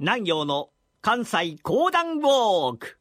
南陽の関西講談ウォーク。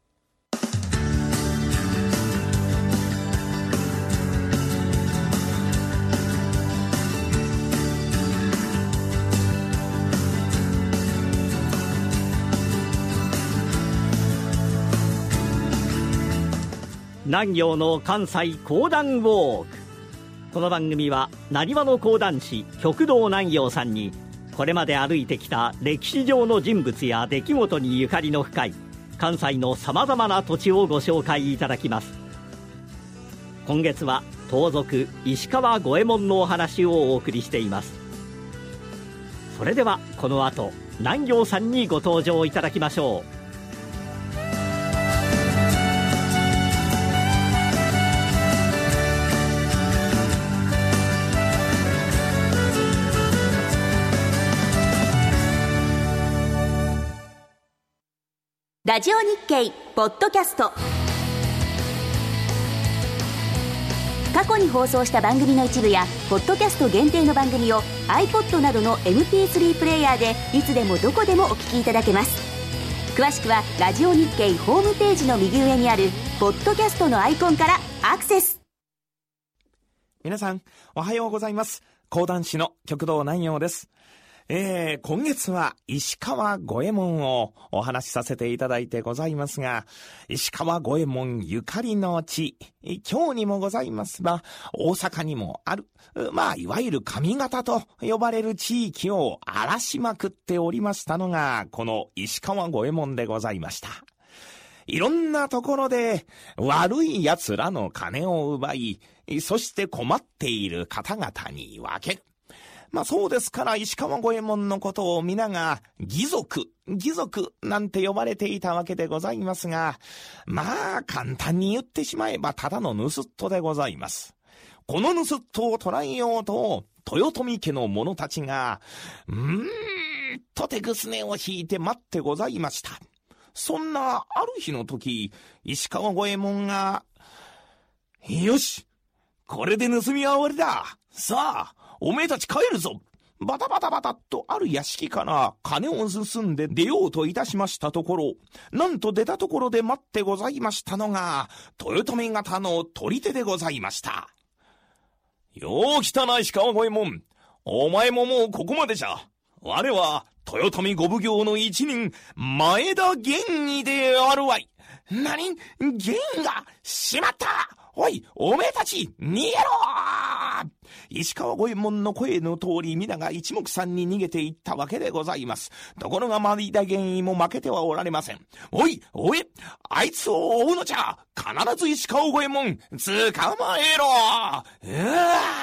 南陽の関西講談ウォーク。この番組はなにわの講談師旭堂南陽さんに、これまで歩いてきた歴史上の人物や出来事にゆかりの深い関西のさまざまな土地をご紹介いただきます。今月は盗賊石川五右衛門のお話をお送りしています。それではこの後南陽さんにご登場いただきましょう。 ラジオ日経ポッドキャスト、過去に放送した番組の一部やポッドキャスト限定の番組を iPod などの MP3 プレイヤーでいつでもどこでもお聞きいただけます。詳しくはラジオ日経ホームページの右上にあるポッドキャストのアイコンからアクセス。 皆さんおはようございます。講談師の旭堂南陽です。今月は石川五右衛門をお話しさせていただいてございますが、石川五右衛門ゆかりの地、京にもございますが、大阪にもある、いわゆる上方と呼ばれる地域を荒らしまくっておりましたのが、この石川五右衛門でございました。いろんなところで悪い奴らの金を奪い、そして困っている方々に分ける。そうですから石川五右衛門のことを皆が義賊なんて呼ばれていたわけでございますが、簡単に言ってしまえばただの盗人でございます。この盗人を捕らえようと豊臣家の者たちが手ぐすねを引いて待ってございました。そんなある日の時、石川五右衛門が、よし、これで盗みは終わりだ。さあおめえたち帰るぞ。バタバタバタとある屋敷から金を盗んで出ようといたしましたところ、なんと出たところで待ってございましたのが豊臣方の取り手でございました。よう来たな石川五右衛門。お前ももうここまでじゃ。我は豊臣五奉行の一人前田玄義であるわい。何？玄がしまった。おい、おめえたち逃げろ。石川五右衛門の声の通り、皆が一目散に逃げていったわけでございます。ところが前田玄義も負けてはおられません。おい、あいつを追うのじゃ。必ず石川五右衛門捕まえろ。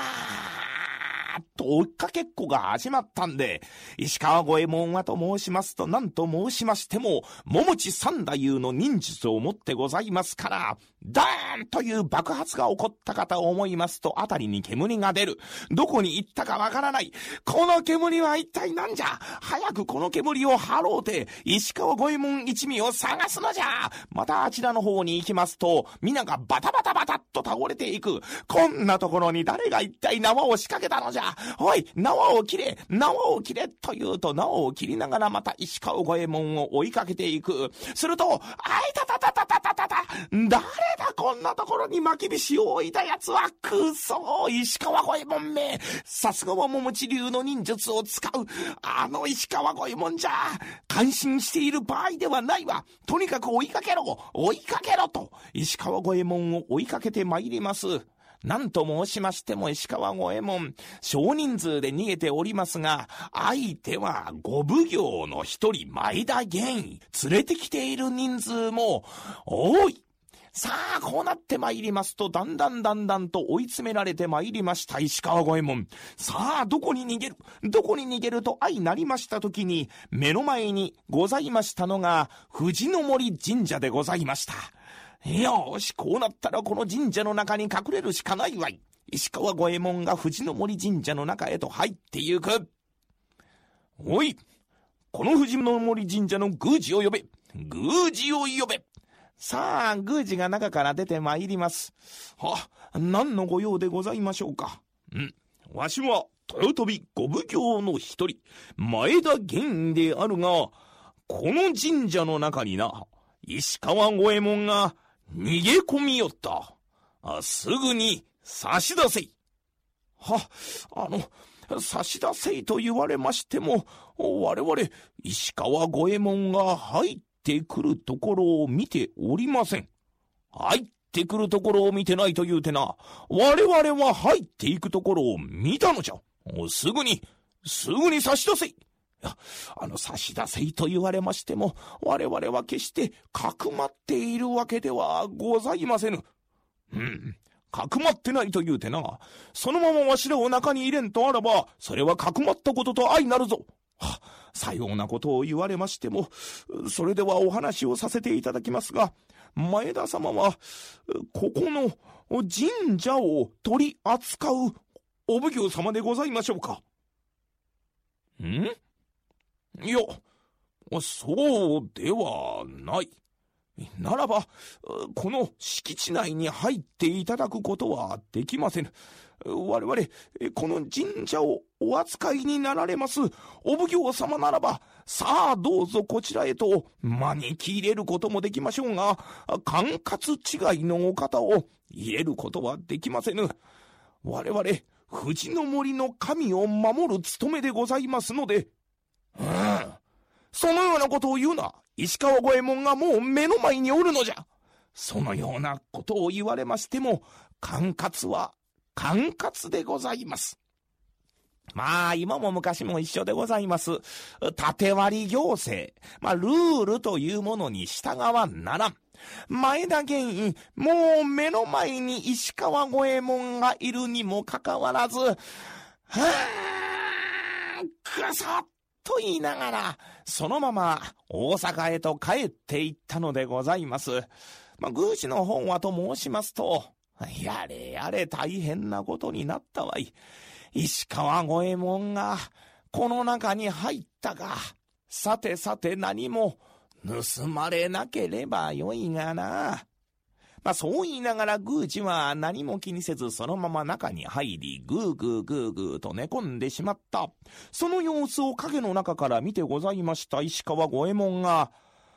と追っかけっこが始まったんで、石川五右衛門はと申しますと、何と申しましても桃地三太夫の忍術を持ってございますから、ダーンという爆発が起こったかと思いますと、辺りに煙が出る。どこに行ったかわからない。この煙は一体何じゃ。早くこの煙をはろうて石川五右衛門一味を探すのじゃ。またあちらの方に行きますと、皆がバタバタバタっと倒れていく。こんなところに誰が一体縄を仕掛けたのじゃ。おい、縄を切れと言うと、縄を切りながらまた石川五右衛門を追いかけていく。すると、あいたたたたたたたた、誰だこんなところに巻き菱を置いたやつは。くそ、石川五右衛門め。さすがは桃地流の忍術を使うあの石川五右衛門じゃ。感心している場合ではないわ。とにかく追いかけろと石川五右衛門を追いかけてまいります。なんと申しましても石川五右衛門少人数で逃げておりますが、相手は五奉行の一人前田玄義、連れてきている人数も多い。さあこうなってまいりますと、だんだんと追い詰められてまいりました石川五右衛門。さあどこに逃げると相なりました時に、目の前にございましたのが藤の森神社でございました。よし、こうなったらこの神社の中に隠れるしかないわい。石川五右衛門が藤の森神社の中へと入ってゆく。おい、この藤の森神社の宮司を呼べ。さあ宮司が中から出てまいります。何のご用でございましょうか。わしは豊臣五奉行の一人前田玄であるが、 この神社の中にな、石川五右衛門が逃げ込みよった。すぐに差し出せい。差し出せいと言われましても、我々石川五右衛門が入ってくるところを見ておりません。入ってくるところを見てないというてな、我々は入っていくところを見たのじゃ。すぐに差し出せい。差し出せいと言われましても、我々は決してかくまっているわけではございませぬ。かくまってないというてな、そのままわしらを中に入れんとあらば、それはかくまったことと相なるぞ。さようなことを言われましても、それではお話をさせていただきますが、前田様はここの神社を取り扱うお奉行様でございましょうか。いや、そうではない。ならば、この敷地内に入っていただくことはできませぬ。我々、この神社をお扱いになられますお奉行様ならば、さあどうぞこちらへと招き入れることもできましょうが、管轄違いのお方を入れることはできませぬ。我々、藤の森の神を守る務めでございますので、そのようなことを言うな。石川五右衛門がもう目の前におるのじゃ。そのようなことを言われましても、管轄は管轄でございます。まあ今も昔も一緒でございます。縦割り行政、ルールというものに従わならん。前田玄院、もう目の前に石川五右衛門がいるにもかかわらず、くさっと言いながら、そのまま大阪へと帰っていったのでございます。宮司の本はと申しますと、やれやれ大変なことになったわい。石川五右衛門がこの中に入ったが、さてさて何も盗まれなければよいがな。そう言いながら宮司は何も気にせずそのまま中に入り、グーグーグーグーと寝込んでしまった。その様子を影の中から見てございました石川五右衛門が、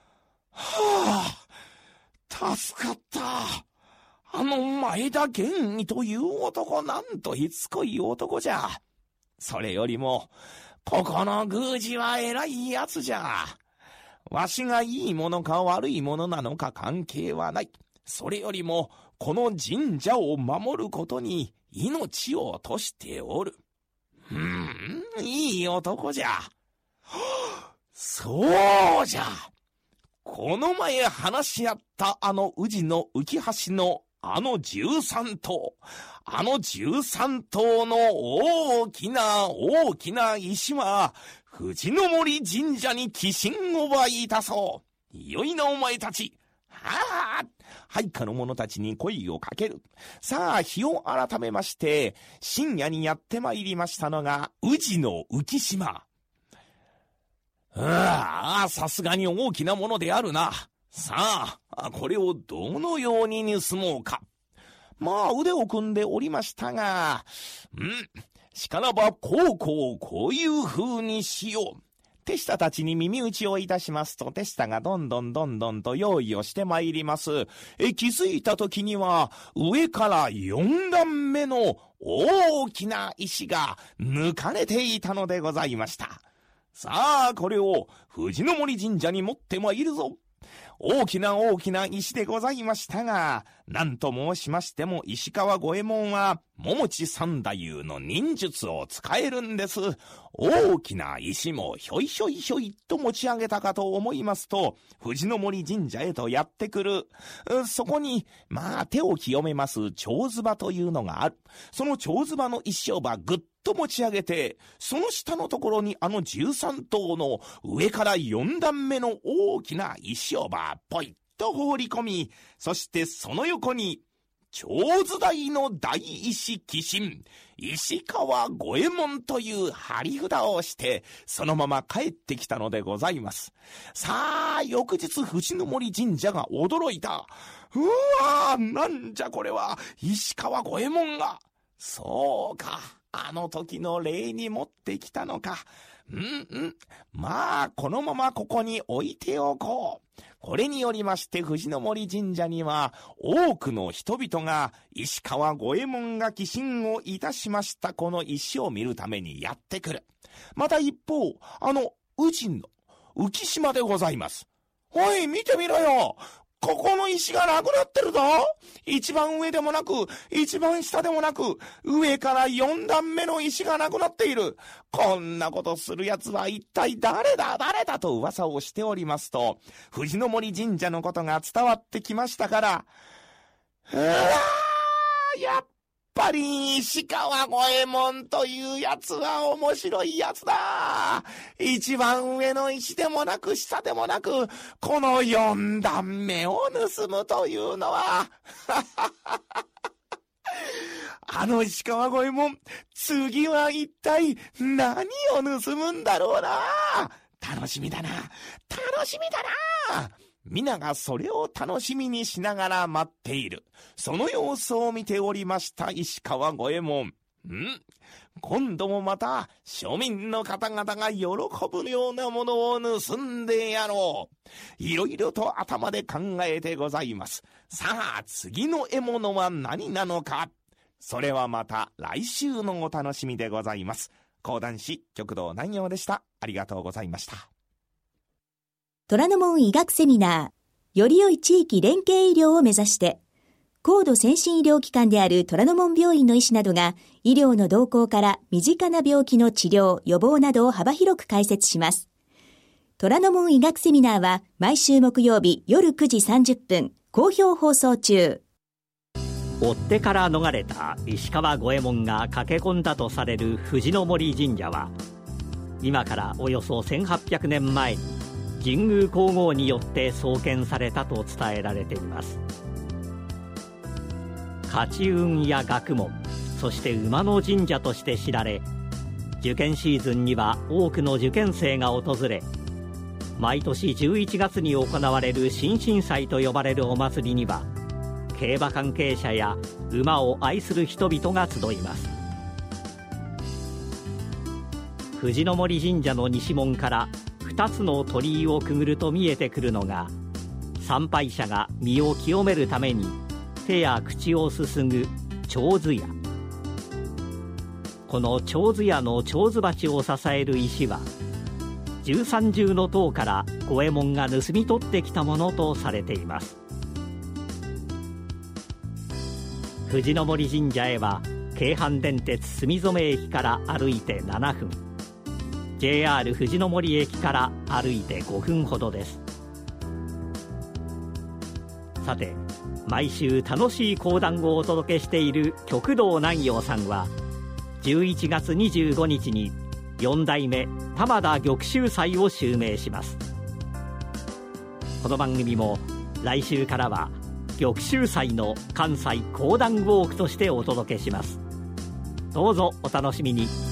助かった。前田玄院という男、なんとしつこい男じゃ。それよりもここの宮司は偉いやつじゃ。わしがいいものか悪いものなのか関係はない。それよりもこの神社を守ることに命を落としておる。いい男じゃ。そうじゃ。この前話し合った宇治の浮橋の13頭。13頭の大きな大きな石は藤の森神社に寄進をはいたそう。よいなお前たち。配下の者たちに声をかける。さあ日を改めまして深夜にやってまいりましたのが宇治の浮島。さすがに大きなものであるな。さあこれをどのように盗もうか。腕を組んでおりましたが、しからばこういう風にしよう。手下たちに耳打ちをいたしますと、手下がどんどんと用意をしてまいります。気づいた時には上から4段目の大きな石が抜かれていたのでございました。さあこれを藤の森神社に持ってまいるぞ。大きな石でございましたが、なんと申しましても石川五右衛門は桃地三太夫の忍術を使えるんです。大きな石もひょいひょいひょいと持ち上げたかと思いますと、藤の森神社へとやってくる。そこに手を清めます蝶唾というのがある。その蝶唾の石をぐっと持ち上げて、その下のところに13頭の上から4段目の大きな石をポイッと放り込み、そしてその横に長図大の大石寄進石川五右衛門という張り札をして、そのまま帰ってきたのでございます。さあ翌日藤の森神社が驚いた。なんじゃこれは、石川五右衛門が。そうか、時の礼に持ってきたのか。 まあこのままここに置いておこう。これによりまして藤の森神社には多くの人々が石川五右衛門が寄進をいたしましたこの石を見るためにやってくる。また一方、宇治の浮島でございます。おい、見てみろよ。ここの石がなくなってるぞ。一番上でもなく、一番下でもなく、上から4段目の石がなくなっている。こんなことする奴は一体誰だと噂をしておりますと、藤の森神社のことが伝わってきましたから、やっぱり石川五右衛門というやつは面白いやつだ。一番上の石でもなく下でもなく、この4段目を盗むというのは石川五右衛門、次は一体何を盗むんだろうな。楽しみだな。皆がそれを楽しみにしながら待っている。その様子を見ておりました石川五右衛門。今度もまた庶民の方々が喜ぶようなものを盗んでやろう。いろいろと頭で考えてございます。さあ次の獲物は何なのか。それはまた来週のお楽しみでございます。講談師旭堂南陽でした。ありがとうございました。 虎ノ門医学セミナー、より良い地域連携医療を目指して、高度先進医療機関である虎ノ門病院の医師などが、医療の動向から身近な病気の治療、予防などを幅広く解説します。虎ノ門医学セミナーは、毎週木曜日夜9時30分、好評放送中。 追っ手から逃れた石川五右衛門が駆け込んだとされる藤の森神社は、今からおよそ1800年前に、神宮皇后によって創建されたと伝えられています。勝運や学問、そして馬の神社として知られ、受験シーズンには多くの受験生が訪れ、毎年11月に行われる新神祭と呼ばれるお祭りには、競馬関係者や馬を愛する人々が集います。藤の森神社の西門から2つの鳥居をくぐると見えてくるのが、参拝者が身を清めるために手や口をすすぐ手水矢。この手水矢の手水鉢を支える石は、13重の塔から五右衛門が盗み取ってきたものとされています。藤の森神社へは京阪電鉄住染駅から歩いて7分、JR 藤の森駅から歩いて5分ほどです。さて、毎週楽しい講談をお届けしている旭堂南陽さんは、11月25日に4代目玉田玉秀祭を襲名します。この番組も来週からは玉秀祭の関西講談ウォークとしてお届けします。どうぞお楽しみに。